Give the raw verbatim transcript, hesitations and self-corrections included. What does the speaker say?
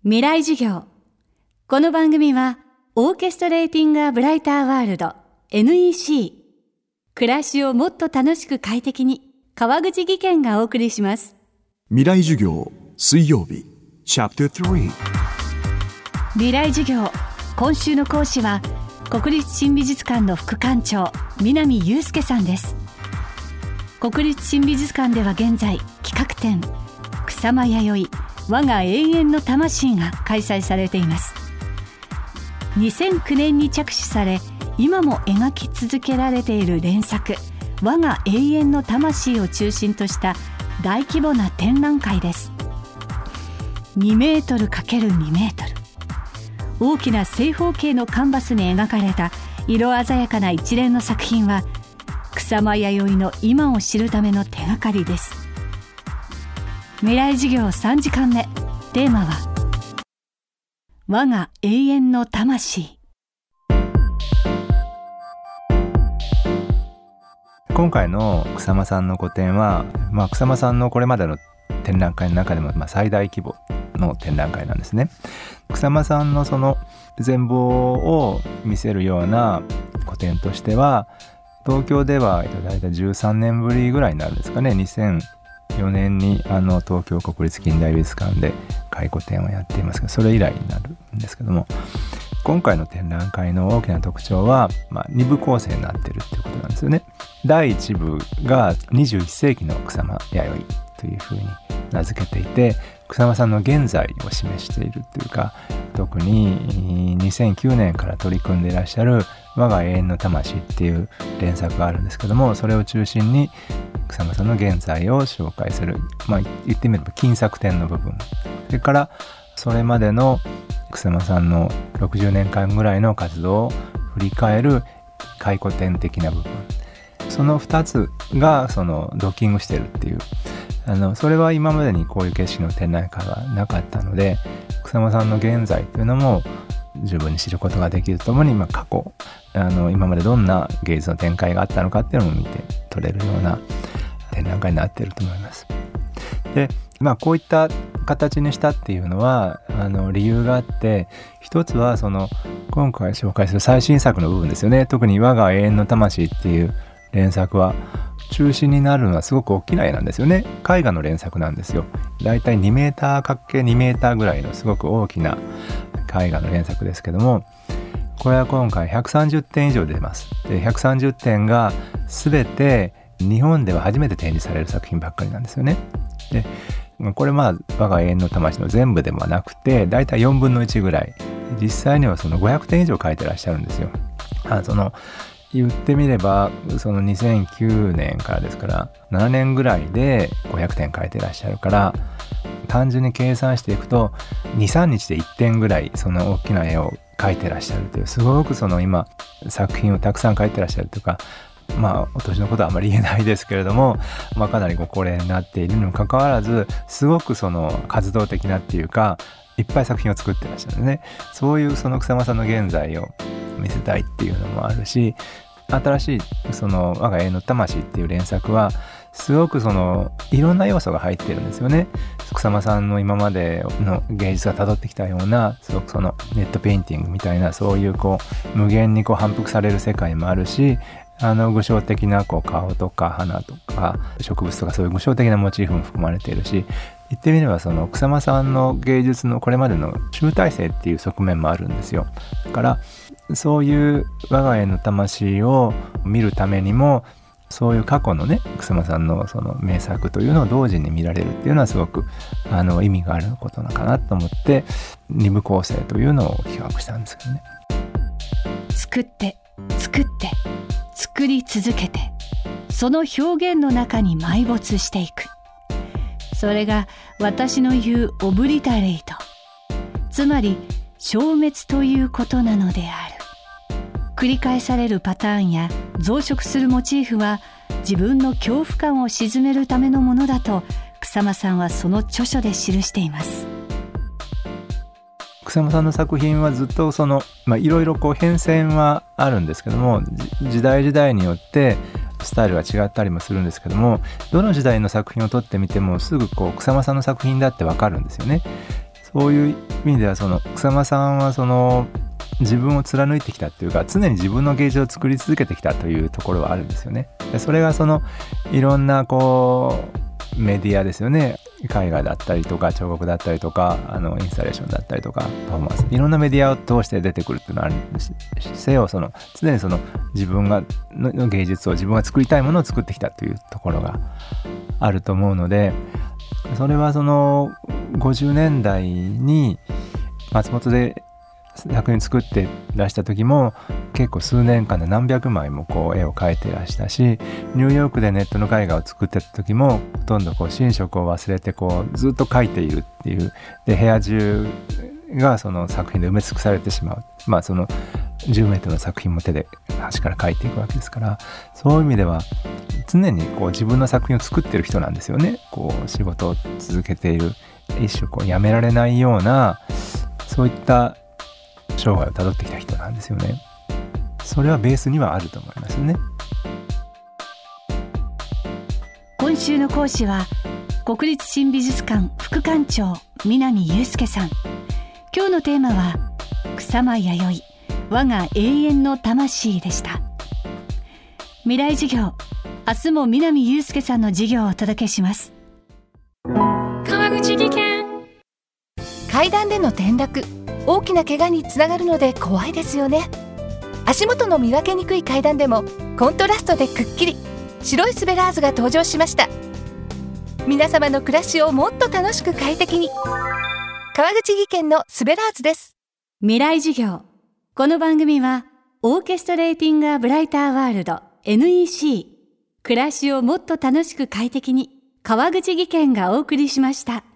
未来授業。この番組はオーケストレーティング・ア・ブライター・ワールド エヌイーシー 暮らしをもっと楽しく快適に川口義賢がお送りします。 未来授業水曜日チャプタースリー。 未来授業、今週の講師は国立新美術館の副館長南祐介さんです。国立新美術館では現在企画展草間彌生我が永遠の魂が開催されています。にせんきゅうねんに着手され今も描き続けられている連作我が永遠の魂を中心とした大規模な展覧会です。にメートル ×に メートル、大きな正方形のカンバスに描かれた色鮮やかな一連の作品は草間彌生の今を知るための手がかりです。未来授業さんじかんめ、テーマは我が永遠の魂。 今回の草間さんの個展は、まあ、草間さんのこれまでの展覧会の中でも、まあ、最大規模の展覧会なんですね。草間さんのその全貌を見せるような個展としては、東京ではだいたいじゅうさんねんぶりぐらいになるんですかね。にせんよねんにあの東京国立近代美術館で回顧展をやっていますが、それ以来になるんですけども、今回の展覧会の大きな特徴は、まあ、に部構成になっているということなんですよね。だいいち部がにじゅういっせいきの草間彌生というふうに名付けていて、草間さんの現在を示しているというか、特ににせんきゅうねんから取り組んでいらっしゃる我が永遠の魂っていう連作があるんですけども、それを中心に草間さんの現在を紹介する、まあ、言ってみれば金作展の部分、それからそれまでの草間さんのろくじゅうねんかんぐらいの活動を振り返る回顧展的な部分、そのふたつがそのドッキングしているっていう、あのそれは今までにこういう形式の展覧会はなかったので、草間さんの現在というのも十分に知ることができるとともに、まあ、過去あの今までどんな芸術の展開があったのかっていうのも見て取れるような展覧会になっていると思います。で、まあ、こういった形にしたっていうのはあの理由があって、一つはその今回紹介する最新作の部分ですよね。特に我が永遠の魂っていう連作は中心になるのはすごく大きな絵なんですよね。絵画の連作なんですよ。だいたいにメーター ×に メーターぐらいのすごく大きな絵画の連作ですけども、これは今回ひゃくさんじゅってん以上出ます。で、ひゃくさんじゅってんが全て日本では初めて展示される作品ばっかりなんですよね。で、これまあ我が永遠の魂の全部でもなくて、だいたいよんぶんのいちぐらい、実際にはそのごひゃくてん以上描いてらっしゃるんですよ。あその言ってみればそのにせんきゅうねんからですからななねんぐらいでごひゃくてん描いてらっしゃるから、単純に計算していくと にさんにちでいってんぐらいその大きな絵を描いてらっしゃるという、すごくその今作品をたくさん描いてらっしゃるというか、まあお年のことはあまり言えないですけれども、まあ、かなりご高齢になっているにもかかわらず、すごくその活動的なっていうか、いっぱい作品を作ってらっしゃるんですね。そういうその草間さんの現在を見せたいっていうのもあるし、新しいその我が永遠の魂っていう連作はすごくそのいろんな要素が入ってるんですよね。草間さんの今までの芸術が辿ってきたような、すごくそのネットペインティングみたいな、そういうこう無限にこう反復される世界もあるし、あの具象的なこう顔とか花とか植物とか、そういう具象的なモチーフも含まれているし、言ってみればその草間さんの芸術のこれまでの集大成っていう側面もあるんですよ。だからそういう我が家の魂を見るためにも、そういう過去のね草間さんのその名作というのを同時に見られるっていうのはすごくあの意味があることなのかなと思って、に部構成というのを企画したんですけどね。 作って作って作り続けて、その表現の中に埋没していく、それが私の言うオブリタレイト、つまり消滅ということなのである。繰り返されるパターンや増殖するモチーフは自分の恐怖感を鎮めるためのものだと草間さんはその著書で記しています。 草間さんの作品はずっとその、まあ、いろいろこう変遷はあるんですけども、時代時代によってスタイルが違ったりもするんですけども、どの時代の作品を撮ってみてもすぐこう草間さんの作品だってわかるんですよね。 そういう意味ではその草間さんはその自分を貫いてきたっていうか、常に自分の芸術を作り続けてきたというところはあるんですよね。でそれがそのいろんなこうメディアですよね、絵画だったりとか彫刻だったりとか、あのインスタレーションだったりとかパフォーマンス、いろんなメディアを通して出てくるっていうのはあるんですせよ、その常にその自分がの芸術を自分が作りたいものを作ってきたというところがあると思うので、それはそのごじゅうねんだいに松本で作品作ってらした時も結構数年間で何百枚もこう絵を描いてらしたし、ニューヨークでネットの絵画を作ってた時もほとんどこう寝食を忘れてこうずっと描いているっていう、で部屋中がその作品で埋め尽くされてしまう、まあそのじゅうメートルの作品も手で端から描いていくわけですから、そういう意味では常にこう自分の作品を作ってる人なんですよね。こう仕事を続けている、一種こうやめられないようなそういった生涯をたどってきた人なんですよね。それはベースにはあると思いますね。 今週の講師は国立新美術館副館長南祐介さん。今日のテーマは草間彌生、我が永遠の魂でした。未来授業、明日も南祐介さんの授業をお届けします。 川口技研。階段での転落、大きな怪我につながるので怖いですよね。足元の見分けにくい階段でもコントラストでくっきり白いスベラーズが登場しました。皆様の暮らしをもっと楽しく快適に、川口技研のスベラーズです。 未来授業、この番組はオーケストレーティングアブライターワールド エヌイーシー、 暮らしをもっと楽しく快適に、川口技研がお送りしました。